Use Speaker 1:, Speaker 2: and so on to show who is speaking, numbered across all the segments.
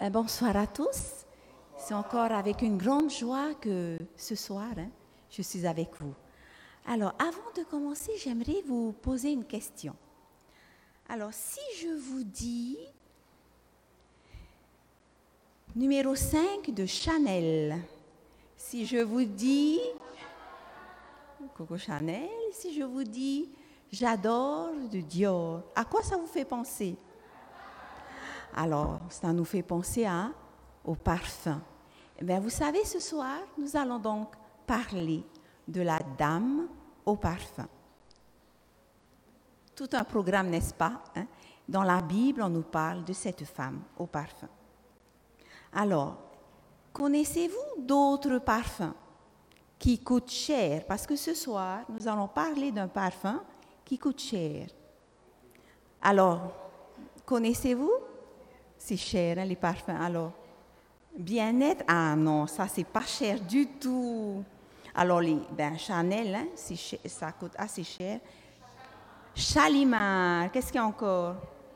Speaker 1: Bonsoir à tous. C'est encore avec une grande joie que ce soir, je suis avec vous. Alors, avant de commencer, j'aimerais vous poser une question. Alors, si je vous dis numéro 5 de Chanel, si je vous dis Coco Chanel, si je vous dis j'adore de Dior, à quoi ça vous fait penser? Alors, ça nous fait penser au parfum. Eh bien, vous savez, ce soir, nous allons donc parler de la dame au parfum. Tout un programme, n'est-ce pas? Dans la Bible, on nous parle de cette femme au parfum. Alors, connaissez-vous d'autres parfums qui coûtent cher? Parce que ce soir, nous allons parler d'un parfum qui coûte cher. Alors, connaissez-vous? C'est cher, les parfums. Alors, bien-être, ah non, ça, c'est pas cher du tout. Alors, Chanel, ça coûte assez cher. Shalimar, qu'est-ce qu'il y a encore?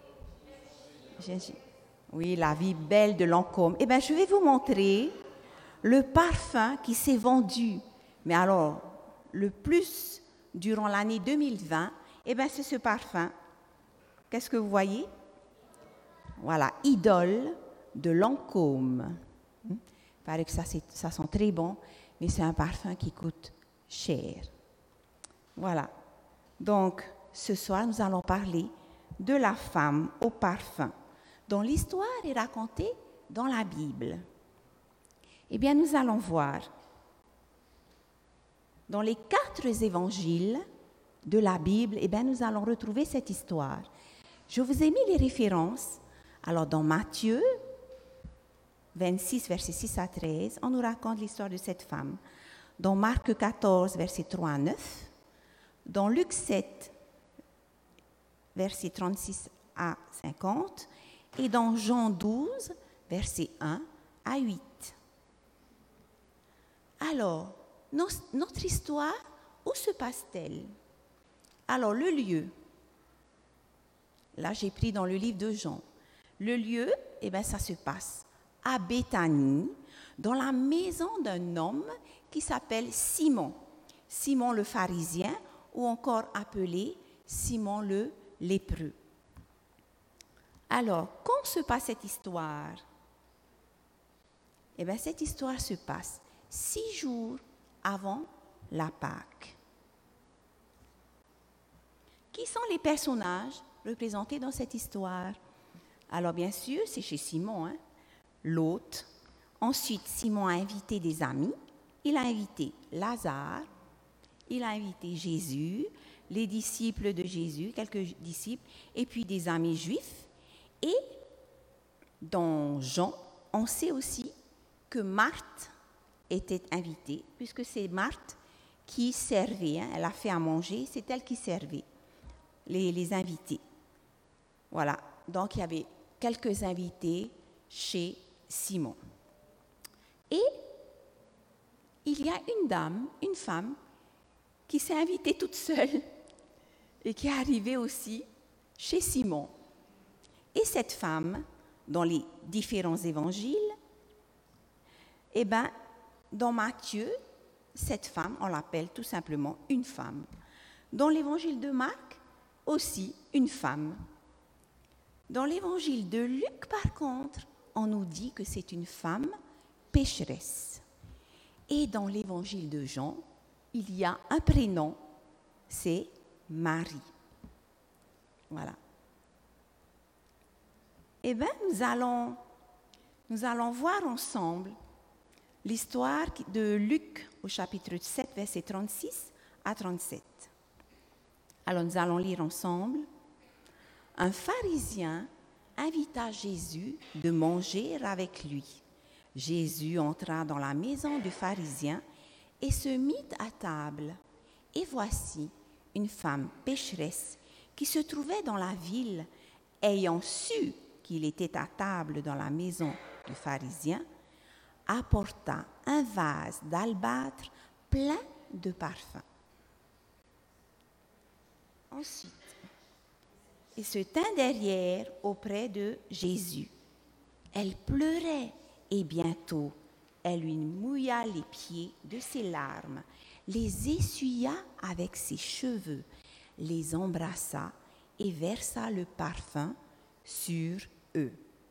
Speaker 1: Oui, la vie belle de Lancôme. Eh bien, je vais vous montrer le parfum qui s'est vendu. Mais alors, le plus durant l'année 2020, eh bien, c'est ce parfum. Qu'est-ce que vous voyez? Voilà, Idole de Lancôme. Il paraît que ça sent très bon, mais c'est un parfum qui coûte cher. Voilà. Donc, ce soir, nous allons parler de la femme au parfum, dont l'histoire est racontée dans la Bible. Eh bien, nous allons voir dans les 4 évangiles de la Bible, eh bien, nous allons retrouver cette histoire. Je vous ai mis les références. Alors, dans Matthieu 26, versets 6 à 13, on nous raconte l'histoire de cette femme. Dans Marc 14, versets 3 à 9, dans Luc 7, versets 36 à 50, et dans Jean 12, versets 1 à 8. Alors, notre histoire, où se passe-t-elle? Alors, le lieu, là j'ai pris dans le livre de Jean, le lieu, eh bien, ça se passe à Béthanie, dans la maison d'un homme qui s'appelle Simon. Simon le pharisien, ou encore appelé Simon le lépreux. Alors, quand se passe cette histoire? Eh bien, cette histoire se passe 6 jours avant la Pâque. Qui sont les personnages représentés dans cette histoire? Alors, bien sûr, c'est chez Simon, l'hôte. Ensuite, Simon a invité des amis. Il a invité Lazare. Il a invité Jésus, les disciples de Jésus, quelques disciples, et puis des amis juifs. Et dans Jean, on sait aussi que Marthe était invitée, puisque c'est Marthe qui servait, elle a fait à manger, c'est elle qui servait les invités. Voilà, donc il y avait quelques invités chez Simon. Et il y a une dame, une femme, qui s'est invitée toute seule et qui est arrivée aussi chez Simon. Et cette femme, dans les différents évangiles, eh bien, dans Matthieu, cette femme, on l'appelle tout simplement une femme. Dans l'évangile de Marc, aussi une femme. Dans l'évangile de Luc, par contre, on nous dit que c'est une femme pécheresse. Et dans l'évangile de Jean, il y a un prénom, c'est Marie. Voilà. Eh bien, nous allons voir ensemble l'histoire de Luc au chapitre 7, versets 36 à 37. Alors, nous allons lire ensemble. Un pharisien invita Jésus de manger avec lui. Jésus entra dans la maison du pharisien et se mit à table. Et voici une femme pécheresse qui se trouvait dans la ville, ayant su qu'il était à table dans la maison du pharisien, apporta un vase d'albâtre plein de parfums. Ensuite, il se tint derrière auprès de Jésus. Elle pleurait et bientôt, elle lui mouilla les pieds de ses larmes, les essuya avec ses cheveux, les embrassa et versa le parfum sur eux.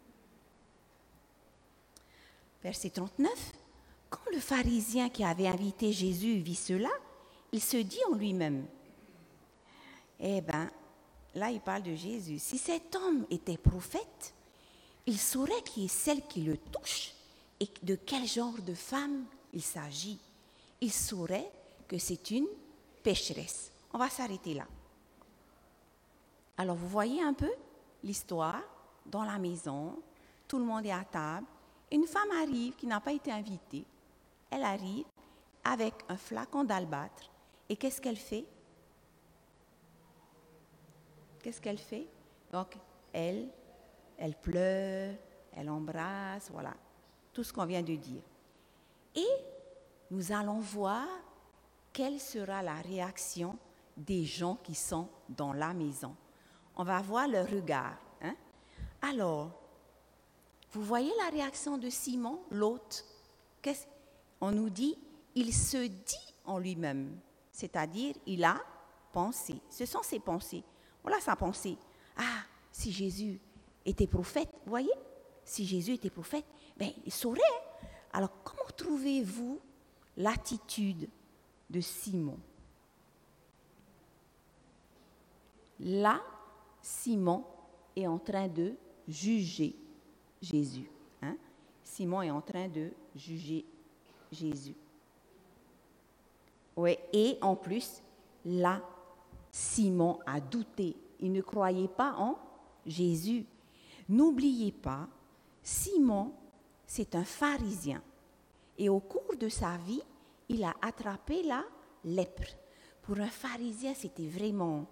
Speaker 1: Verset 39. Quand le pharisien qui avait invité Jésus vit cela, il se dit en lui-même, eh bien, là il parle de Jésus, si cet homme était prophète, il saurait qui est celle qui le touche et de quel genre de femme il s'agit. Il saurait que c'est une pécheresse. On va s'arrêter là. Alors vous voyez un peu l'histoire dans la maison, tout le monde est à table, une femme arrive qui n'a pas été invitée. Elle arrive avec un flacon d'albâtre. Et qu'est-ce qu'elle fait? Donc, elle pleure, elle embrasse, voilà, tout ce qu'on vient de dire. Et nous allons voir quelle sera la réaction des gens qui sont dans la maison. On va voir leur regard. Hein? Alors, vous voyez la réaction de Simon, l'hôte? On nous dit, il se dit en lui-même, c'est-à-dire il a pensé. Ce sont ses pensées. Voilà sa pensée. Ah, si Jésus était prophète, vous voyez, si Jésus était prophète, ben, il saurait. Alors, comment trouvez-vous l'attitude de Simon? Là, Simon est en train de juger Jésus. Hein? Simon est en train de juger Jésus. Oui, et en plus, là, Simon a douté. Il ne croyait pas en Jésus. N'oubliez pas, Simon, c'est un pharisien. Et au cours de sa vie, il a attrapé la lèpre. Pour un pharisien, c'était vraiment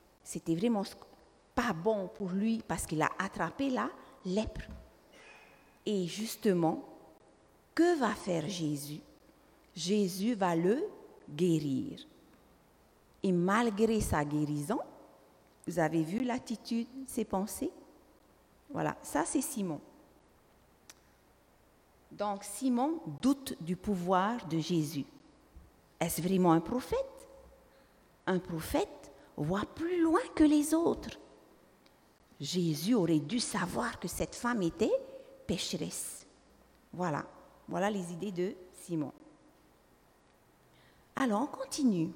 Speaker 1: pas bon pour lui parce qu'il a attrapé la lèpre. Et justement, que va faire Jésus? Jésus va le guérir. Et malgré sa guérison, vous avez vu l'attitude, ses pensées? Voilà, ça c'est Simon. Donc Simon doute du pouvoir de Jésus. Est-ce vraiment un prophète? Un prophète voit plus loin que les autres. Jésus aurait dû savoir que cette femme était pécheresse. Voilà les idées de Simon. Alors on continue.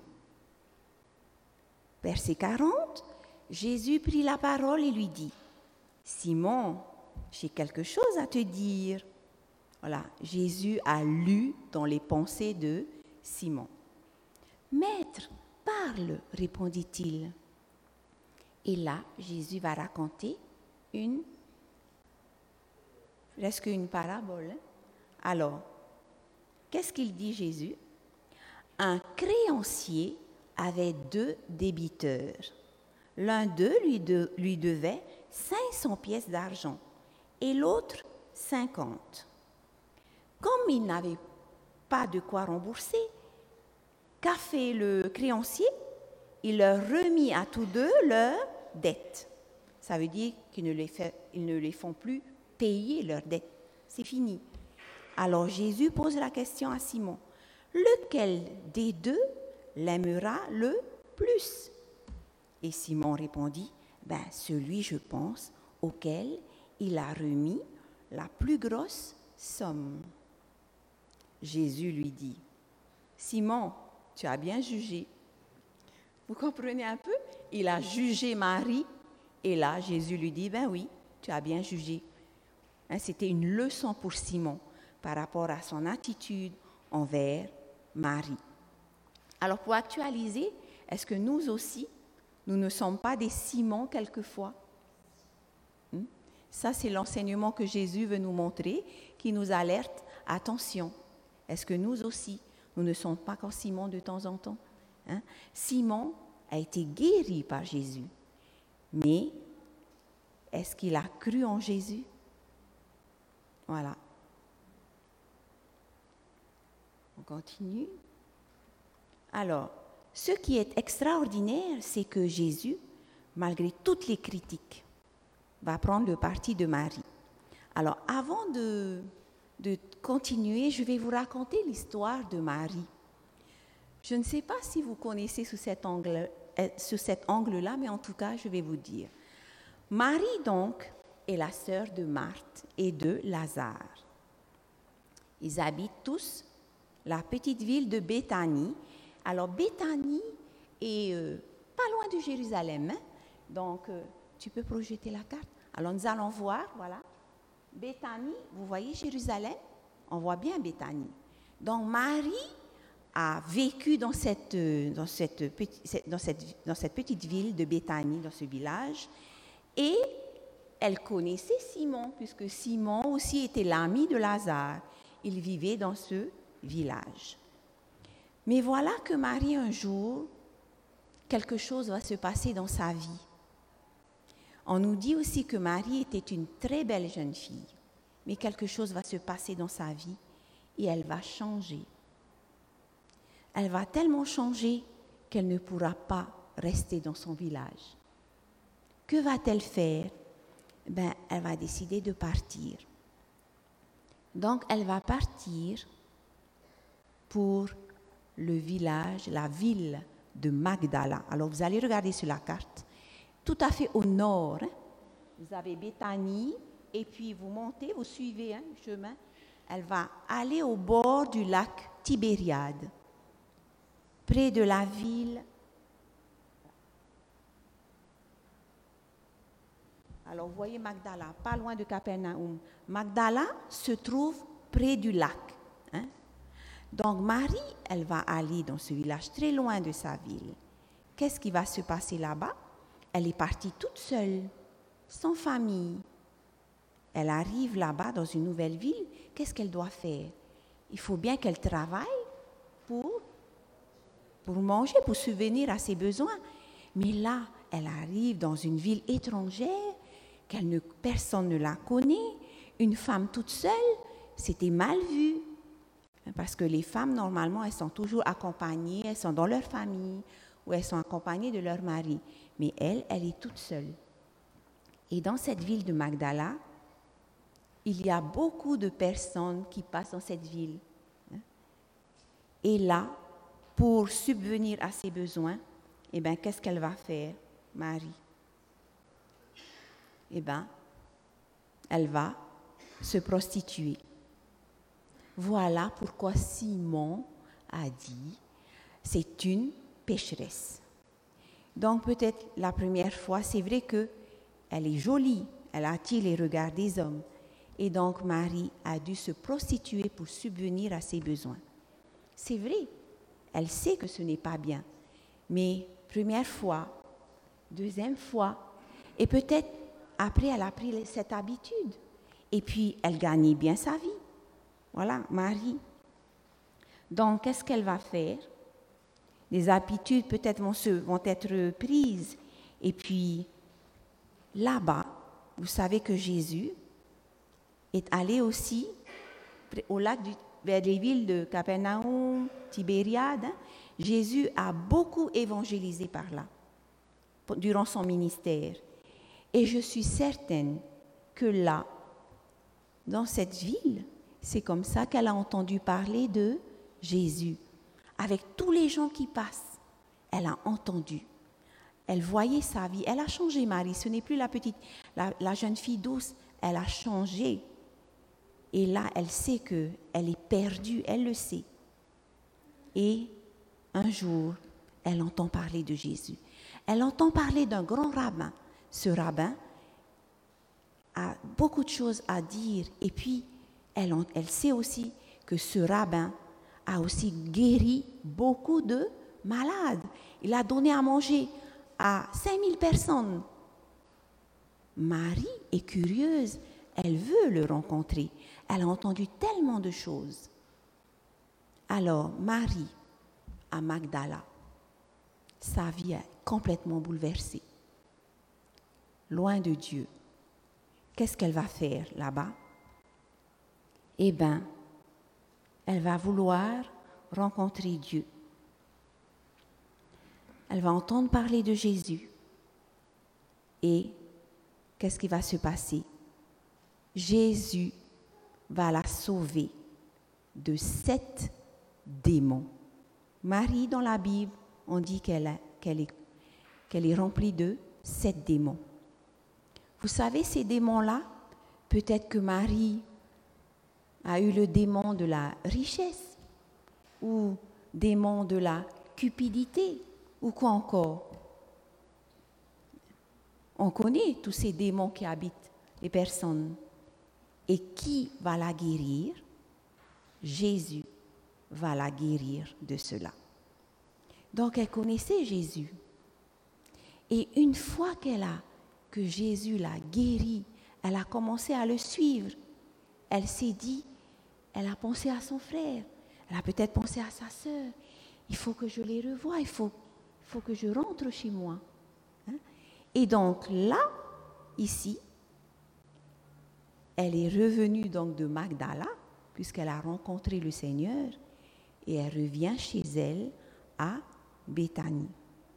Speaker 1: Verset 40, Jésus prit la parole et lui dit, Simon, j'ai quelque chose à te dire. Voilà, Jésus a lu dans les pensées de Simon. Maître, parle, répondit-il. Et là, Jésus va raconter presque une parabole. Alors, qu'est-ce qu'il dit Jésus? Un créancier avait 2 débiteurs. L'un d'eux lui devait 500 pièces d'argent et l'autre 50. Comme il n'avait pas de quoi rembourser, qu'a fait le créancier? Il leur remit à tous deux leurs dettes. Ça veut dire qu'ils ne les font plus payer leurs dettes. C'est fini. Alors Jésus pose la question à Simon. Lequel des deux l'aimera le plus? Et Simon répondit, celui, je pense, auquel il a remis la plus grosse somme. Jésus lui dit, Simon, tu as bien jugé. Vous comprenez un peu? Il a jugé Marie, et là, Jésus lui dit, oui, tu as bien jugé. C'était une leçon pour Simon par rapport à son attitude envers Marie. Alors, pour actualiser, est-ce que nous aussi, nous ne sommes pas des Simons quelquefois? Ça, c'est l'enseignement que Jésus veut nous montrer, qui nous alerte. Attention, est-ce que nous aussi, nous ne sommes pas comme Simon de temps en temps? Simon a été guéri par Jésus, mais est-ce qu'il a cru en Jésus? Voilà. On continue. Alors, ce qui est extraordinaire, c'est que Jésus, malgré toutes les critiques, va prendre le parti de Marie. Alors, avant de continuer, je vais vous raconter l'histoire de Marie. Je ne sais pas si vous connaissez sous cet angle-là, mais en tout cas, je vais vous dire. Marie, donc, est la sœur de Marthe et de Lazare. Ils habitent tous la petite ville de Béthanie. Alors, Béthanie est pas loin de Jérusalem. Hein? Donc, tu peux projeter la carte. Alors, nous allons voir, voilà. Béthanie, vous voyez Jérusalem? On voit bien Béthanie. Donc, Marie a vécu dans cette petite ville de Béthanie, dans ce village, et elle connaissait Simon, puisque Simon aussi était l'ami de Lazare. Il vivait dans ce village. Mais voilà que Marie, un jour, quelque chose va se passer dans sa vie. On nous dit aussi que Marie était une très belle jeune fille, mais quelque chose va se passer dans sa vie et elle va changer. Elle va tellement changer qu'elle ne pourra pas rester dans son village. Que va-t-elle faire? Elle va décider de partir. Donc, elle va partir pour le village, la ville de Magdala. Alors, vous allez regarder sur la carte, tout à fait au nord. Hein. Vous avez Béthanie, et puis vous montez, vous suivez le chemin. Elle va aller au bord du lac Tibériade, près de la ville. Alors, vous voyez Magdala, pas loin de Capernaum. Magdala se trouve près du lac. Hein? Donc, Marie, elle va aller dans ce village très loin de sa ville. Qu'est-ce qui va se passer là-bas? Elle est partie toute seule, sans famille. Elle arrive là-bas dans une nouvelle ville. Qu'est-ce qu'elle doit faire? Il faut bien qu'elle travaille pour manger, pour subvenir à ses besoins. Mais là, elle arrive dans une ville étrangère, personne ne la connaît. Une femme toute seule, c'était mal vu. Parce que les femmes, normalement, elles sont toujours accompagnées, elles sont dans leur famille, ou elles sont accompagnées de leur mari. Mais elle est toute seule. Et dans cette ville de Magdala, il y a beaucoup de personnes qui passent dans cette ville. Et là, pour subvenir à ses besoins, qu'est-ce qu'elle va faire, Marie? Elle va se prostituer. Voilà pourquoi Simon a dit, c'est une pécheresse. Donc peut-être la première fois, c'est vrai qu'elle est jolie, elle attire les regards des hommes. Et donc Marie a dû se prostituer pour subvenir à ses besoins. C'est vrai, elle sait que ce n'est pas bien. Mais première fois, deuxième fois, et peut-être après elle a pris cette habitude. Et puis elle gagnait bien sa vie. Voilà, Marie. Donc, qu'est-ce qu'elle va faire? Les habitudes peut-être vont être prises. Et puis, là-bas, vous savez que Jésus est allé aussi au lac vers les villes de Capernaum, Tibériade. Hein. Jésus a beaucoup évangélisé par là, durant son ministère. Et je suis certaine que là, dans cette ville, c'est comme ça qu'elle a entendu parler de Jésus. Avec tous les gens qui passent, elle a entendu. Elle voyait sa vie. Elle a changé, Marie. Ce n'est plus la jeune fille douce. Elle a changé. Et là, elle sait qu'elle est perdue. Elle le sait. Et un jour, elle entend parler de Jésus. Elle entend parler d'un grand rabbin. Ce rabbin a beaucoup de choses à dire. Et puis, elle sait aussi que ce rabbin a aussi guéri beaucoup de malades. Il a donné à manger à 5000 personnes. Marie est curieuse, elle veut le rencontrer. Elle a entendu tellement de choses. Alors, Marie, à Magdala, sa vie est complètement bouleversée. Loin de Dieu. Qu'est-ce qu'elle va faire là-bas? Elle va vouloir rencontrer Dieu. Elle va entendre parler de Jésus. Et qu'est-ce qui va se passer? Jésus va la sauver de 7 démons. Marie, dans la Bible, on dit qu'elle est remplie de 7 démons. Vous savez, ces démons-là, peut-être que Marie a eu le démon de la richesse ou démon de la cupidité ou quoi encore. On connaît tous ces démons qui habitent les personnes. Et qui va la guérir? Jésus va la guérir de cela. Donc elle connaissait Jésus. Et une fois que Jésus l'a guérie, elle a commencé à le suivre. Elle s'est dit, elle a pensé à son frère, elle a peut-être pensé à sa sœur. Il faut que je les revoie, il faut que je rentre chez moi. Et donc là, ici, elle est revenue donc de Magdala, puisqu'elle a rencontré le Seigneur, et elle revient chez elle à Béthanie.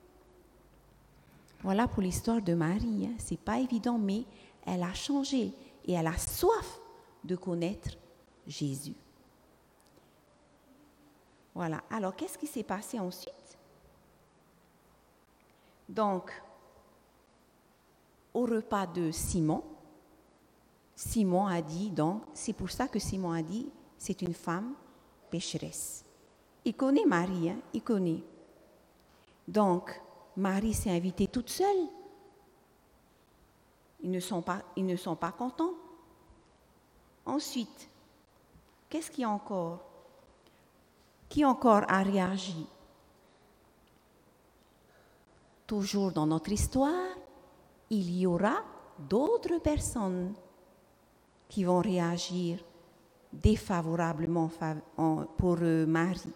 Speaker 1: Voilà pour l'histoire de Marie. Ce n'est pas évident, mais elle a changé et elle a soif de connaître Jésus. Voilà. Alors, qu'est-ce qui s'est passé ensuite? Donc, au repas de Simon a dit, donc, c'est pour ça que Simon a dit, c'est une femme pécheresse. Il connaît Marie, il connaît. Donc, Marie s'est invitée toute seule. Ils ne sont pas contents. Ensuite, qu'est-ce qu'il y a encore? Qui encore a réagi? Toujours dans notre histoire, il y aura d'autres personnes qui vont réagir défavorablement pour Marie.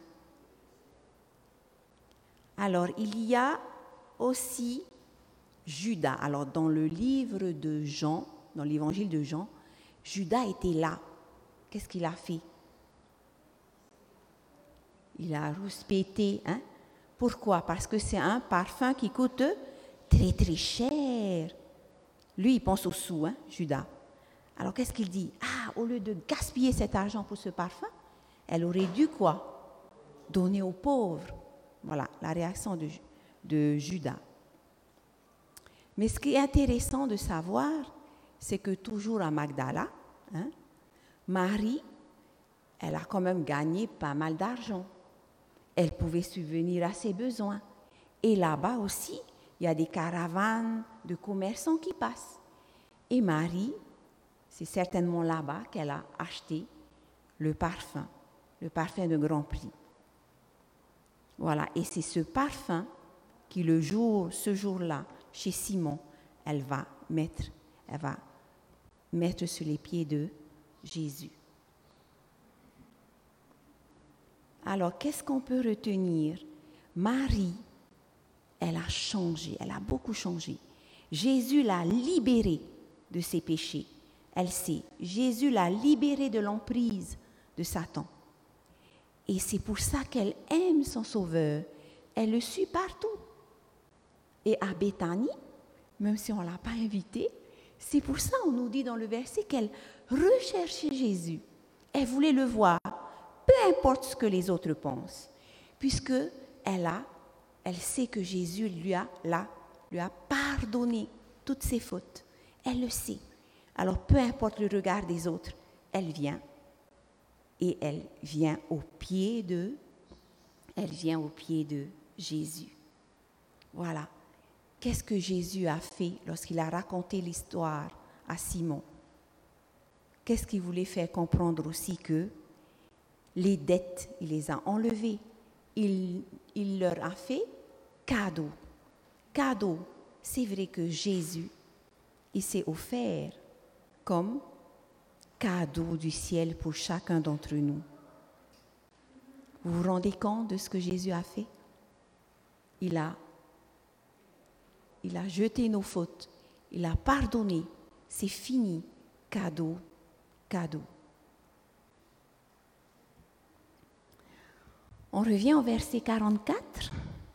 Speaker 1: Alors, il y a aussi Judas. Alors, dans le livre de Jean, dans l'évangile de Jean, Judas était là. Qu'est-ce qu'il a fait? Il a rouspété. Pourquoi? Parce que c'est un parfum qui coûte très, très cher. Lui, il pense aux sous, Judas. Alors, qu'est-ce qu'il dit? Au lieu de gaspiller cet argent pour ce parfum, elle aurait dû quoi? Donner aux pauvres. Voilà, la réaction de Judas. Mais ce qui est intéressant de savoir, c'est que toujours à Magdala, Marie, elle a quand même gagné pas mal d'argent. Elle pouvait subvenir à ses besoins. Et là-bas aussi, il y a des caravanes de commerçants qui passent. Et Marie, c'est certainement là-bas qu'elle a acheté le parfum de grand prix. Voilà, et c'est ce parfum qui, ce jour-là, chez Simon, elle va mettre sur les pieds de Jésus. Alors, qu'est-ce qu'on peut retenir? Marie, elle a changé, elle a beaucoup changé. Jésus l'a libérée de ses péchés. Elle sait, Jésus l'a libérée de l'emprise de Satan. Et c'est pour ça qu'elle aime son Sauveur. Elle le suit partout. Et à Béthanie, même si on ne l'a pas invitée, c'est pour ça qu'on nous dit dans le verset qu'elle recherchait Jésus. Elle voulait le voir, peu importe ce que les autres pensent, puisque elle sait que Jésus lui a pardonné toutes ses fautes. Elle le sait. Alors, peu importe le regard des autres, elle vient. Et elle vient au pied de Jésus. Voilà. Qu'est-ce que Jésus a fait lorsqu'il a raconté l'histoire à Simon? Qu'est-ce qu'il voulait faire comprendre aussi? Que les dettes, il les a enlevées. Il leur a fait cadeau. Cadeau. C'est vrai que Jésus, il s'est offert comme cadeau du ciel pour chacun d'entre nous. Vous vous rendez compte de ce que Jésus a fait? Il a jeté nos fautes. Il a pardonné. C'est fini. Cadeau, cadeau. On revient au verset 44.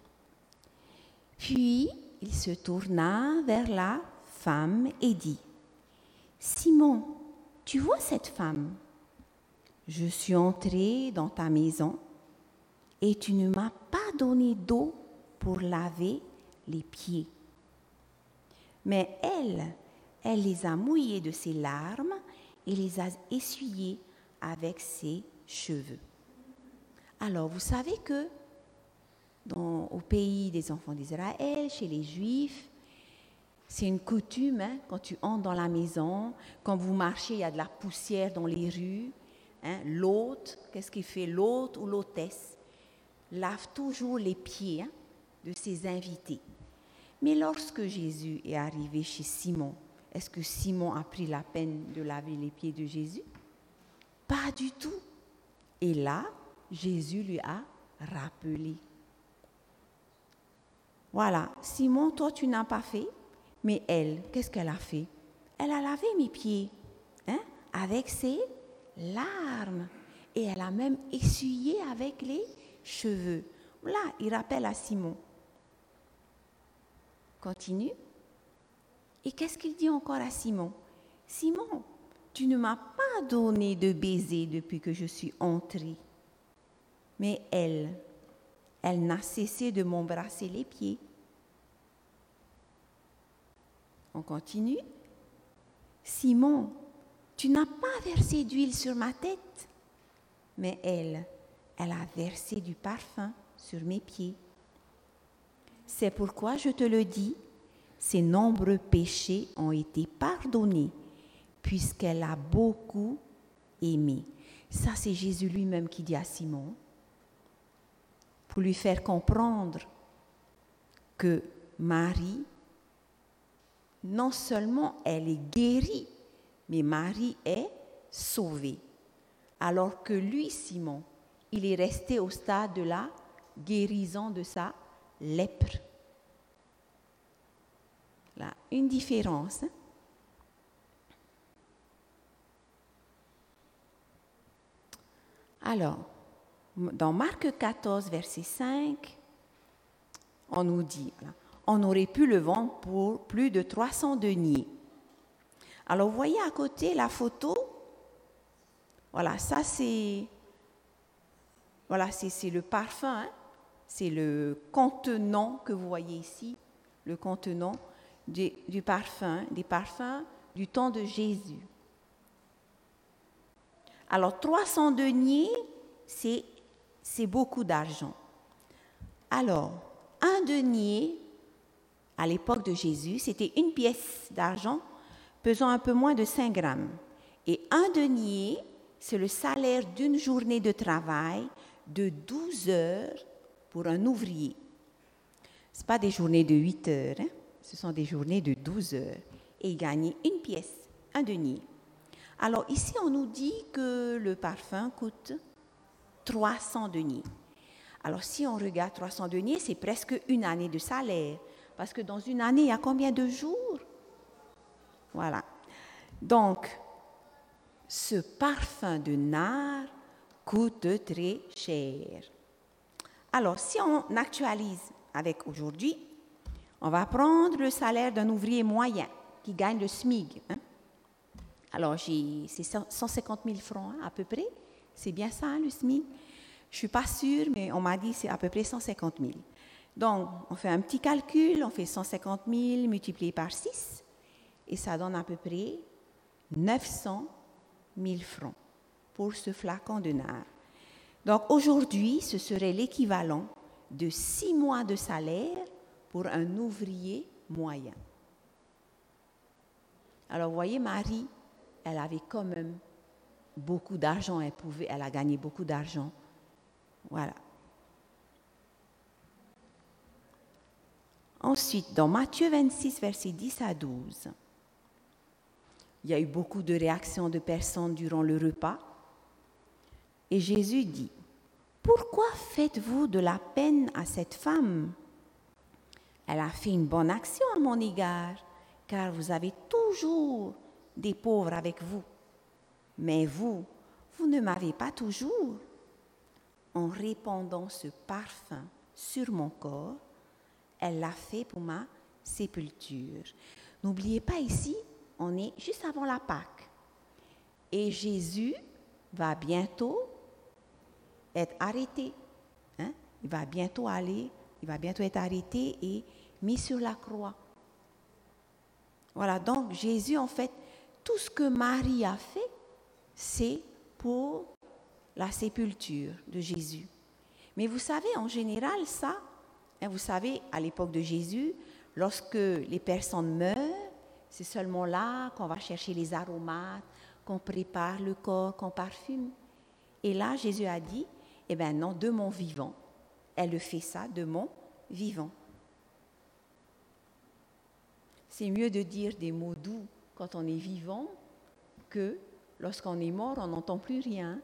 Speaker 1: Puis, il se tourna vers la femme et dit, « Simon, tu vois cette femme? Je suis entrée dans ta maison et tu ne m'as pas donné d'eau pour laver les pieds. Mais elle les a mouillés de ses larmes et les a essuyés avec ses cheveux. Alors, vous savez que au pays des enfants d'Israël, chez les Juifs, c'est une coutume, quand tu entres dans la maison, quand vous marchez, il y a de la poussière dans les rues. L'hôte, qu'est-ce qu'il fait l'hôte ou l'hôtesse? Lave toujours les pieds de ses invités. Mais lorsque Jésus est arrivé chez Simon, est-ce que Simon a pris la peine de laver les pieds de Jésus? Pas du tout. Et là, Jésus lui a rappelé. Voilà, Simon, toi tu n'as pas fait, mais elle, qu'est-ce qu'elle a fait? Elle a lavé mes pieds avec ses larmes. Et elle a même essuyé avec les cheveux. Là, il rappelle à Simon. Continue. Et qu'est-ce qu'il dit encore à Simon? Simon, tu ne m'as pas donné de baiser depuis que je suis entrée. Mais elle n'a cessé de m'embrasser les pieds. On continue. Simon, tu n'as pas versé d'huile sur ma tête. Mais elle a versé du parfum sur mes pieds. C'est pourquoi je te le dis, ses nombreux péchés ont été pardonnés, puisqu'elle a beaucoup aimé. Ça, c'est Jésus lui-même qui dit à Simon, pour lui faire comprendre que Marie, non seulement elle est guérie, mais Marie est sauvée. Alors que lui, Simon, il est resté au stade de la guérison de sa lèpre. Là, une différence. Alors, dans Marc 14, verset 5, on nous dit, on aurait pu le vendre pour plus de 300 deniers. Alors, vous voyez à côté la photo. Voilà, ça c'est le parfum, c'est le contenant que vous voyez ici, le contenant du parfum, des parfums du temps de Jésus. Alors 300 deniers, c'est beaucoup d'argent. Alors, un denier, à l'époque de Jésus, c'était une pièce d'argent pesant un peu moins de 5 grammes. Et un denier, c'est le salaire d'une journée de travail de 12 heures pour un ouvrier. Ce pas des journées de 8 heures, ce sont des journées de 12 heures. Et il gagnait une pièce, un denier. Alors ici, on nous dit que le parfum coûte 300 deniers. Alors si on regarde 300 deniers, c'est presque une année de salaire. Parce que dans une année, il y a combien de jours? Voilà. Donc, ce parfum de nard coûte très cher. Alors, si on actualise avec aujourd'hui, on va prendre le salaire d'un ouvrier moyen qui gagne le SMIC. Alors, c'est 150 000 francs à peu près. C'est bien ça, le SMIC? Je ne suis pas sûre, mais on m'a dit que c'est à peu près 150 000. Donc, on fait un petit calcul, on fait 150 000 multiplié par 6, et ça donne à peu près 900 000 francs pour ce flacon de nard. Donc, aujourd'hui, ce serait l'équivalent de 6 mois de salaire pour un ouvrier moyen. Alors, vous voyez, Marie, elle avait quand même beaucoup d'argent, elle a gagné beaucoup d'argent. Voilà. Ensuite, dans Matthieu 26, versets 10 à 12, il y a eu beaucoup de réactions de personnes durant le repas. Et Jésus dit, « Pourquoi faites-vous de la peine à cette femme? Elle a fait une bonne action à mon égard, car vous avez toujours des pauvres avec vous. Mais vous ne m'avez pas toujours. En répandant ce parfum sur mon corps, elle l'a fait pour ma sépulture. » N'oubliez pas ici, on est juste avant la Pâque. Et Jésus va bientôt être arrêté. Hein? Il va bientôt être arrêté et mis sur la croix. Voilà, donc Jésus, en fait, tout ce que Marie a fait, c'est pour la sépulture de Jésus. Mais vous savez, en général, ça, vous savez, à l'époque de Jésus, lorsque les personnes meurent, c'est seulement là qu'on va chercher les aromates, qu'on prépare le corps, qu'on parfume. Et là, Jésus a dit, eh bien non, de mon vivant. Elle fait ça de mon vivant. C'est mieux de dire des mots doux quand on est vivant que lorsqu'on est mort, on n'entend plus rien.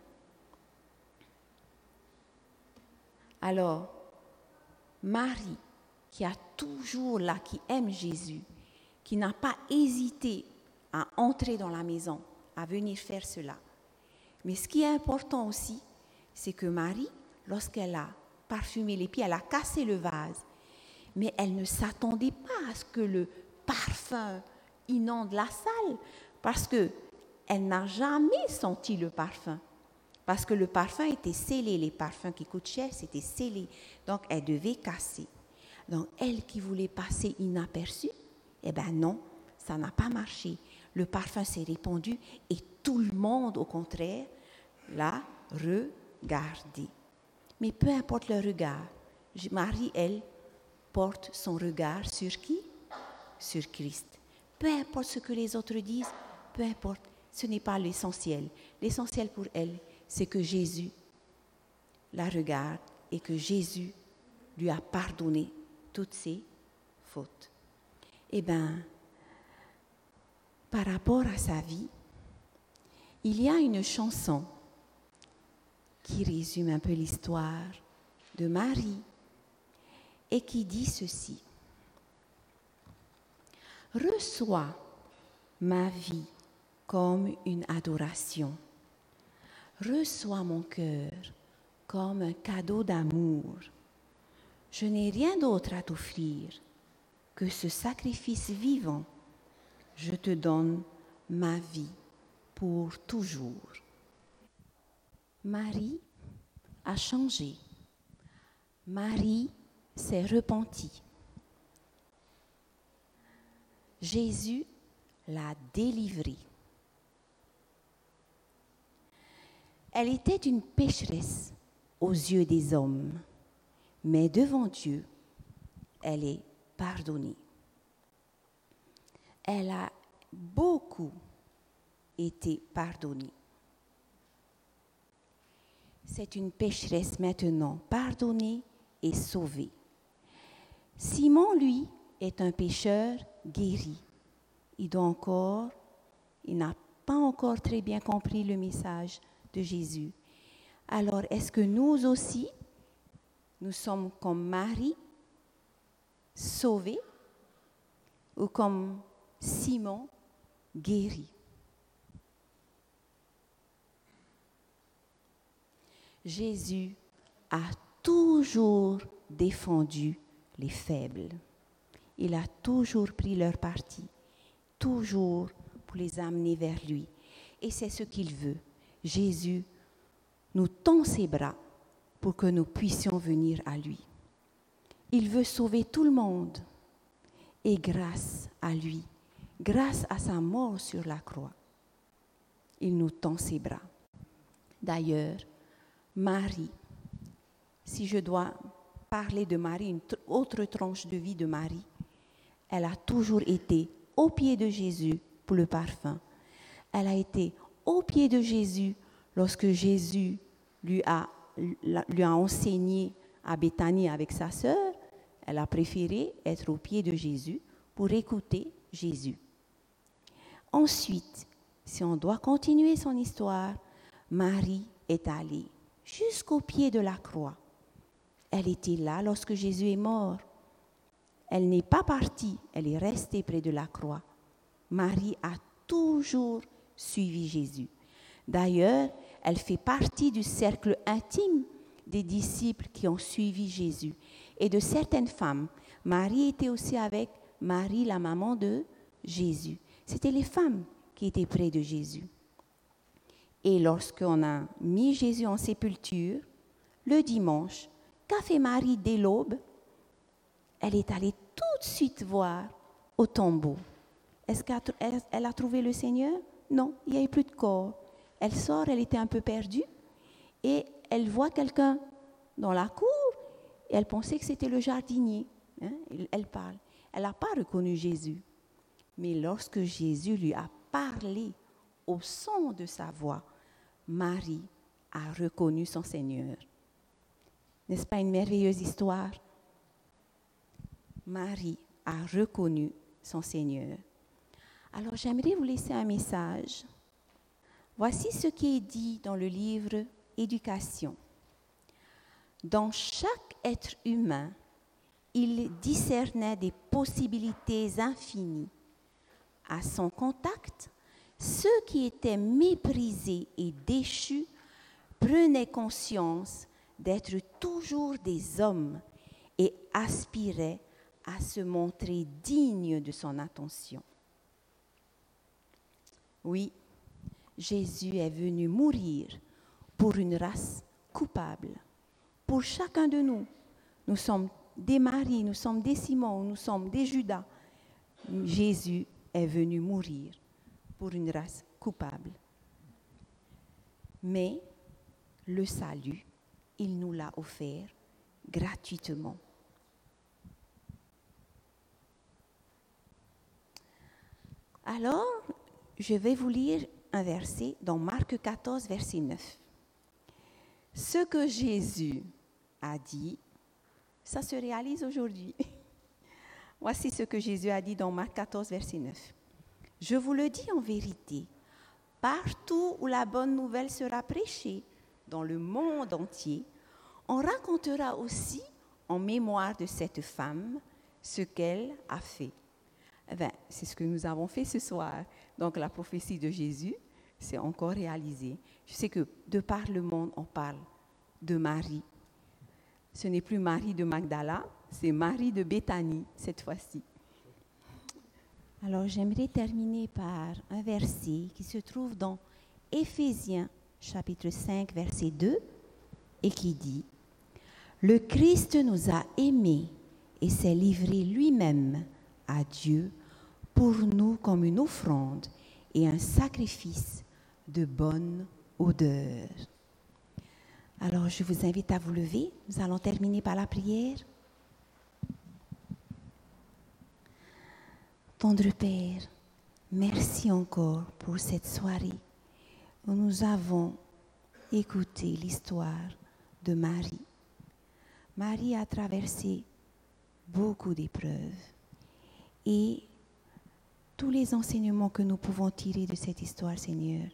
Speaker 1: Alors, Marie, qui aime Jésus, qui n'a pas hésité à entrer dans la maison, à venir faire cela. Mais ce qui est important aussi, c'est que Marie, lorsqu'elle a parfumé les pieds, elle a cassé le vase, mais elle ne s'attendait pas à ce que le parfum inonde la salle, parce qu'elle n'a jamais senti le parfum. Parce que le parfum était scellé, les parfums qui coûtent cher, c'était scellé. Donc, elle devait casser. Donc, elle qui voulait passer inaperçue, eh bien non, ça n'a pas marché. Le parfum s'est répandu et tout le monde, au contraire, l'a regardé. Mais peu importe le regard, Marie, elle, porte son regard sur qui? Sur Christ. Peu importe ce que les autres disent, peu importe, ce n'est pas l'essentiel. L'essentiel pour elle, c'est que Jésus la regarde et que Jésus lui a pardonné toutes ses fautes. Eh bien, par rapport à sa vie, il y a une chanson qui résume un peu l'histoire de Marie et qui dit ceci. Reçois ma vie comme une adoration. Reçois mon cœur comme un cadeau d'amour. Je n'ai rien d'autre à t'offrir que ce sacrifice vivant. Je te donne ma vie pour toujours. Marie a changé. Marie s'est repentie. Jésus l'a délivrée. Elle était une pécheresse aux yeux des hommes, mais devant Dieu, elle est pardonnée. Elle a beaucoup été pardonnée. C'est une pécheresse maintenant pardonnée et sauvée. Simon, lui, est un pécheur guéri. Il n'a pas encore très bien compris le message de Jésus. Alors, est-ce que nous aussi, nous sommes comme Marie, sauvés, ou comme Simon, guéri? Jésus a toujours défendu les faibles. Il a toujours pris leur parti, toujours pour les amener vers lui. Et c'est ce qu'il veut. Jésus nous tend ses bras pour que nous puissions venir à lui. Il veut sauver tout le monde. Et grâce à lui, grâce à sa mort sur la croix, il nous tend ses bras. D'ailleurs, Marie, si je dois parler de Marie, une autre tranche de vie de Marie, elle a toujours été au pied de Jésus pour le parfum. Elle a été au pied de Jésus lorsque Jésus lui a enseigné à Béthanie avec sa sœur. Elle a préféré être au pied de Jésus pour écouter Jésus. Ensuite, si on doit continuer son histoire, Marie est allée jusqu'au pied de la croix. Elle était là lorsque Jésus est mort. Elle n'est pas partie, elle est restée près de la croix. Marie a toujours suivi Jésus. D'ailleurs, elle fait partie du cercle intime des disciples qui ont suivi Jésus. Et de certaines femmes, Marie était aussi avec Marie, la maman de Jésus. C'était les femmes qui étaient près de Jésus. Et lorsqu'on a mis Jésus en sépulture, le dimanche, qu'a fait Marie dès l'aube? Elle est allée tout de suite voir au tombeau. Est-ce qu'elle a trouvé le Seigneur? Non, il n'y avait plus de corps. Elle sort, elle était un peu perdue, et elle voit quelqu'un dans la cour, et elle pensait que c'était le jardinier. Elle parle. Elle n'a pas reconnu Jésus. Mais lorsque Jésus lui a parlé au son de sa voix, Marie a reconnu son Seigneur. N'est-ce pas une merveilleuse histoire? Marie a reconnu son Seigneur. Alors j'aimerais vous laisser un message. Voici ce qui est dit dans le livre Éducation. Dans chaque être humain, il discernait des possibilités infinies. À son contact, ceux qui étaient méprisés et déchus prenaient conscience d'être toujours des hommes et aspiraient à se montrer dignes de son attention. Oui, Jésus est venu mourir pour une race coupable. Pour chacun de nous, nous sommes des Marie, nous sommes des Simon, nous sommes des Judas. Jésus est venu mourir pour une race coupable. Mais le salut, il nous l'a offert gratuitement. Alors, je vais vous lire un verset dans Marc 14, verset 9. Ce que Jésus a dit, ça se réalise aujourd'hui. Voici ce que Jésus a dit dans Marc 14, verset 9. Je vous le dis en vérité, partout où la bonne nouvelle sera prêchée, dans le monde entier, on racontera aussi en mémoire de cette femme ce qu'elle a fait. C'est ce que nous avons fait ce soir. Donc la prophétie de Jésus s'est encore réalisée. Je sais que de par le monde, on parle de Marie. Ce n'est plus Marie de Magdala, c'est Marie de Béthanie cette fois-ci. Alors j'aimerais terminer par un verset qui se trouve dans Éphésiens chapitre 5 verset 2 et qui dit « Le Christ nous a aimés et s'est livré lui-même à Dieu pour nous comme une offrande et un sacrifice de bonne odeur. » Alors, je vous invite à vous lever. Nous allons terminer par la prière. Tendre Père, merci encore pour cette soirée où nous avons écouté l'histoire de Marie. Marie a traversé beaucoup d'épreuves et tous les enseignements que nous pouvons tirer de cette histoire, Seigneur,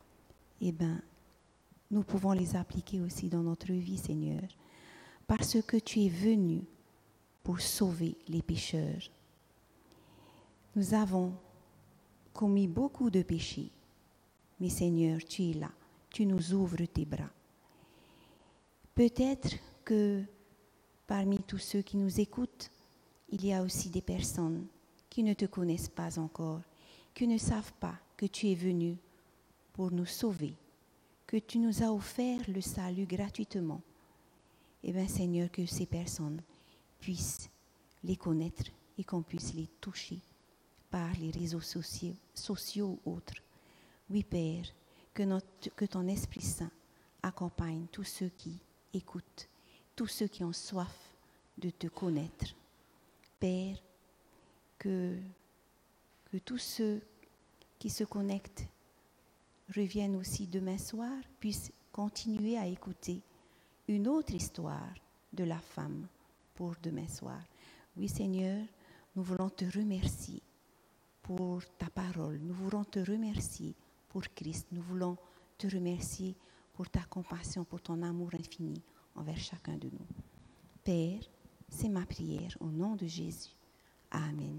Speaker 1: nous pouvons les appliquer aussi dans notre vie, Seigneur, parce que tu es venu pour sauver les pécheurs. Nous avons commis beaucoup de péchés, mais Seigneur, tu es là, tu nous ouvres tes bras. Peut-être que parmi tous ceux qui nous écoutent, il y a aussi des personnes qui ne te connaissent pas encore, qui ne savent pas que tu es venu pour nous sauver, que tu nous as offert le salut gratuitement. Eh bien, Seigneur, que ces personnes puissent les connaître et qu'on puisse les toucher par les réseaux sociaux ou autres. Oui, Père, que ton Esprit Saint accompagne tous ceux qui écoutent, tous ceux qui ont soif de te connaître. Père, que tous ceux qui se connectent reviennent aussi demain soir, puissent continuer à écouter une autre histoire de la femme pour demain soir. Oui, Seigneur, nous voulons te remercier pour ta parole. Nous voulons te remercier pour Christ. Nous voulons te remercier pour ta compassion, pour ton amour infini envers chacun de nous. Père, c'est ma prière au nom de Jésus. Amen.